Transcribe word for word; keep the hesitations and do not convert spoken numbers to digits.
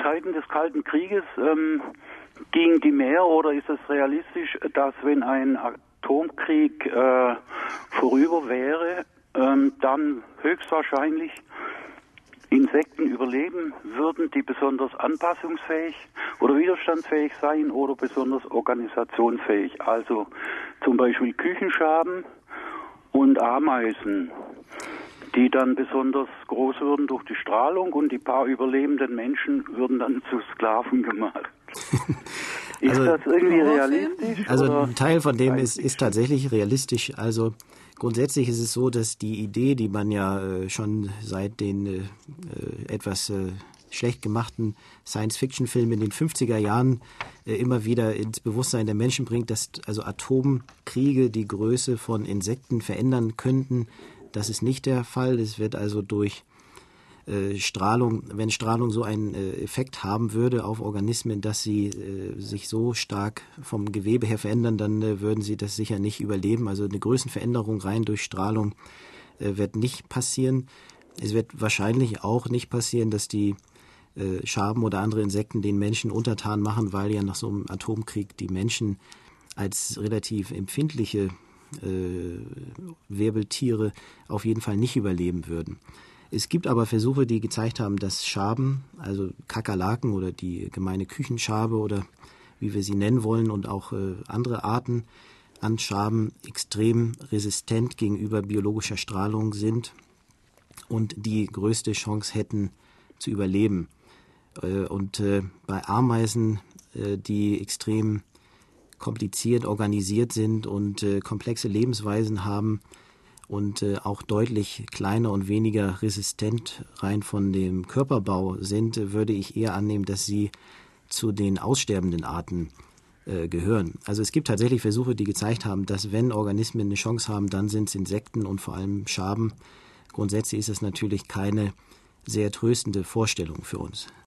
Zeiten des Kalten Krieges ähm, ging die mehr, oder ist es realistisch, dass wenn ein Atomkrieg äh, vorüber wäre, ähm, dann höchstwahrscheinlich Insekten überleben würden, die besonders anpassungsfähig oder widerstandsfähig sein oder besonders organisationsfähig. Also zum Beispiel Küchenschaben und Ameisen, die dann besonders groß würden durch die Strahlung, und die paar überlebenden Menschen würden dann zu Sklaven gemacht. Ist also, das irgendwie realistisch? Also oder? ein Teil von dem ist, ist tatsächlich realistisch. Also grundsätzlich ist es so, dass die Idee, die man ja äh, schon seit den äh, etwas äh, schlecht gemachten Science-Fiction-Filmen in den fünfziger Jahren äh, immer wieder ins Bewusstsein der Menschen bringt, dass also Atomkriege die Größe von Insekten verändern könnten. Das ist nicht der Fall. Es wird also durch äh, Strahlung, wenn Strahlung so einen äh, Effekt haben würde auf Organismen, dass sie äh, sich so stark vom Gewebe her verändern, dann äh, würden sie das sicher nicht überleben. Also eine Größenveränderung rein durch Strahlung äh, wird nicht passieren. Es wird wahrscheinlich auch nicht passieren, dass die äh, Schaben oder andere Insekten den Menschen untertan machen, weil ja nach so einem Atomkrieg die Menschen als relativ empfindliche äh, Wirbeltiere auf jeden Fall nicht überleben würden. Es gibt aber Versuche, die gezeigt haben, dass Schaben, also Kakerlaken oder die gemeine Küchenschabe oder wie wir sie nennen wollen, und auch äh, andere Arten an Schaben extrem resistent gegenüber biologischer Strahlung sind und die größte Chance hätten zu überleben. Äh, und äh, bei Ameisen, äh, die extrem kompliziert organisiert sind und äh, komplexe Lebensweisen haben und äh, auch deutlich kleiner und weniger resistent rein von dem Körperbau sind, äh, würde ich eher annehmen, dass sie zu den aussterbenden Arten äh, gehören. Also es gibt tatsächlich Versuche, die gezeigt haben, dass wenn Organismen eine Chance haben, dann sind es Insekten und vor allem Schaben. Grundsätzlich ist es natürlich keine sehr tröstende Vorstellung für uns.